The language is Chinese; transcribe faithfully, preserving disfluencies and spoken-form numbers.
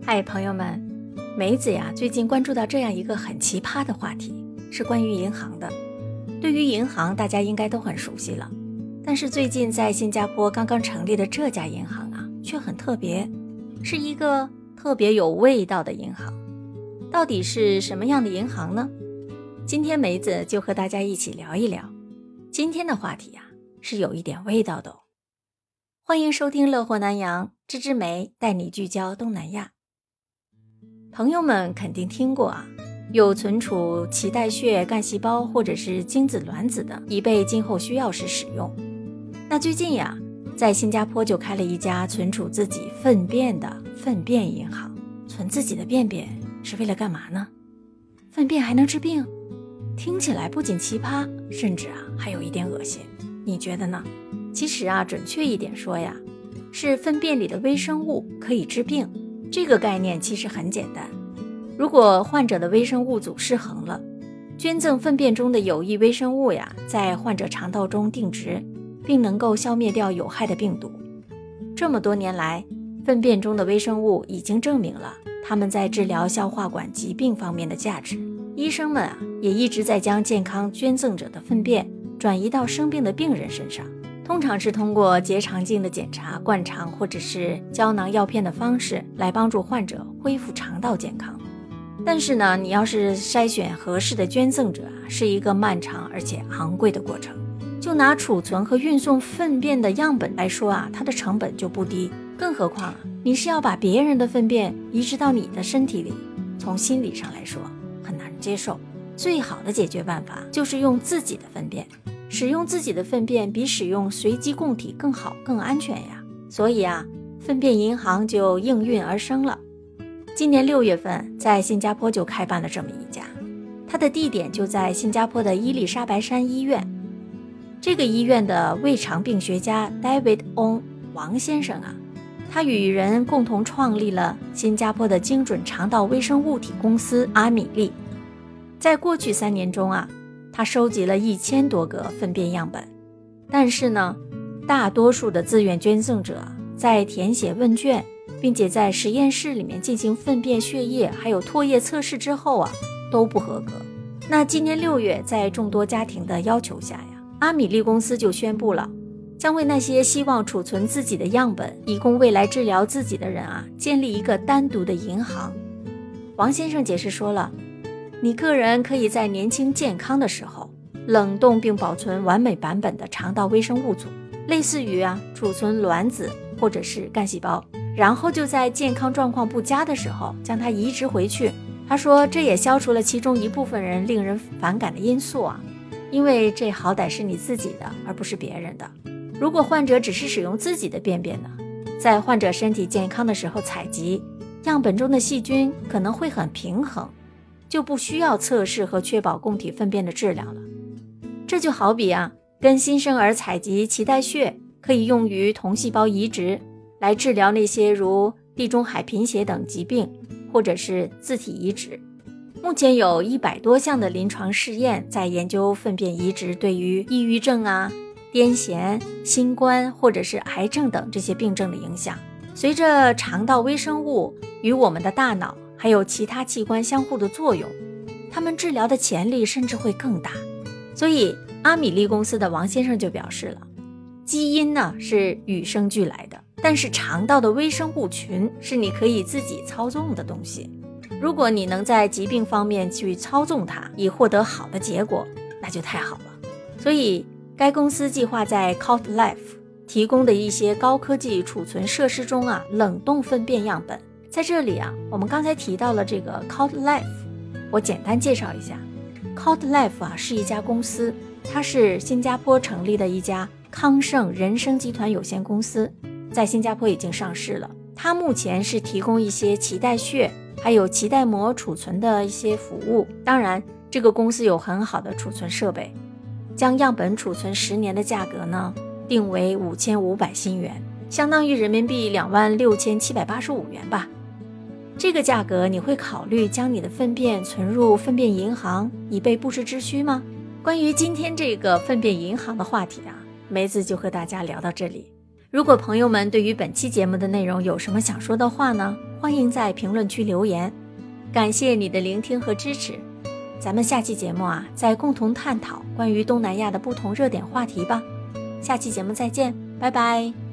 嗨，朋友们，梅子呀，最近关注到这样一个很奇葩的话题，是关于银行的。对于银行，大家应该都很熟悉了，但是最近在新加坡刚刚成立的这家银行啊，却很特别，是一个特别有味道的银行。到底是什么样的银行呢？今天梅子就和大家一起聊一聊。今天的话题啊，是有一点味道的哦。欢迎收听乐活南洋，芝芝梅带你聚焦东南亚。朋友们肯定听过啊，有存储脐带血、干细胞或者是精子卵子的，以备今后需要时使用。那最近呀，在新加坡就开了一家存储自己粪便的粪便银行。存自己的便便是为了干嘛呢？粪便还能治病？听起来不仅奇葩，甚至啊还有一点恶心。你觉得呢？其实啊，准确一点说呀，是粪便里的微生物可以治病。这个概念其实很简单，如果患者的微生物组失衡了，捐赠粪便中的有益微生物呀，在患者肠道中定植，并能够消灭掉有害的病毒。这么多年来，粪便中的微生物已经证明了它们在治疗消化管疾病方面的价值。医生们啊，也一直在将健康捐赠者的粪便转移到生病的病人身上。通常是通过结肠镜的检查、灌肠或者是胶囊药片的方式来帮助患者恢复肠道健康。但是呢，你要是筛选合适的捐赠者啊，是一个漫长而且昂贵的过程。就拿储存和运送粪便的样本来说啊，它的成本就不低。更何况啊，你是要把别人的粪便移植到你的身体里，从心理上来说很难接受。最好的解决办法就是用自己的粪便。使用自己的粪便比使用随机供体更好更安全呀，所以啊，粪便银行就应运而生了。今年六月份，在新加坡就开办了这么一家，它的地点就在新加坡的伊丽莎白山医院。这个医院的胃肠病学家 David Ong 王先生啊，他与人共同创立了新加坡的精准肠道微生物体公司阿米利。在过去三年中啊，他收集了一千多个粪便样本，但是呢，大多数的自愿捐赠者在填写问卷，并且在实验室里面进行粪便、血液还有唾液测试之后啊，都不合格。那今年六月，在众多家庭的要求下呀，阿米利公司就宣布了，将为那些希望储存自己的样本，以供未来治疗自己的人啊，建立一个单独的银行。王先生解释说了，你个人可以在年轻健康的时候冷冻并保存完美版本的肠道微生物组，类似于啊储存卵子或者是干细胞，然后就在健康状况不佳的时候将它移植回去。他说这也消除了其中一部分人令人反感的因素啊，因为这好歹是你自己的而不是别人的。如果患者只是使用自己的便便呢，在患者身体健康的时候采集样本中的细菌可能会很平衡，就不需要测试和确保供体粪便的质量了。这就好比啊，跟新生儿采集脐带血可以用于同细胞移植，来治疗那些如地中海贫血等疾病，或者是自体移植。目前有一百多项的临床试验在研究粪便移植对于抑郁症啊、癫痫、新冠或者是癌症等这些病症的影响。随着肠道微生物与我们的大脑还有其他器官相互的作用，他们治疗的潜力甚至会更大。所以阿米利公司的王先生就表示了，基因呢是与生俱来的，但是肠道的微生物群是你可以自己操纵的东西。如果你能在疾病方面去操纵它，以获得好的结果，那就太好了。所以该公司计划在 Cult Life 提供的一些高科技储存设施中啊，冷冻粪便样本。在这里啊，我们刚才提到了这个 Cult Life， 我简单介绍一下。 Cult Life 啊是一家公司，它是新加坡成立的一家康盛人生集团有限公司，在新加坡已经上市了。它目前是提供一些脐带血还有脐带膜储存的一些服务。当然这个公司有很好的储存设备，将样本储存十年的价格呢定为五千五百新元，相当于人民币两万六千七百八十五元吧。这个价格你会考虑将你的粪便存入粪便银行以备不时之需吗？关于今天这个粪便银行的话题啊，梅子就和大家聊到这里。 如果朋友们对于本期节目的内容有什么想说的话呢，欢迎在评论区留言。感谢你的聆听和支持，咱们下期节目啊，再共同探讨关于东南亚的不同热点话题吧。下期节目再见，拜拜。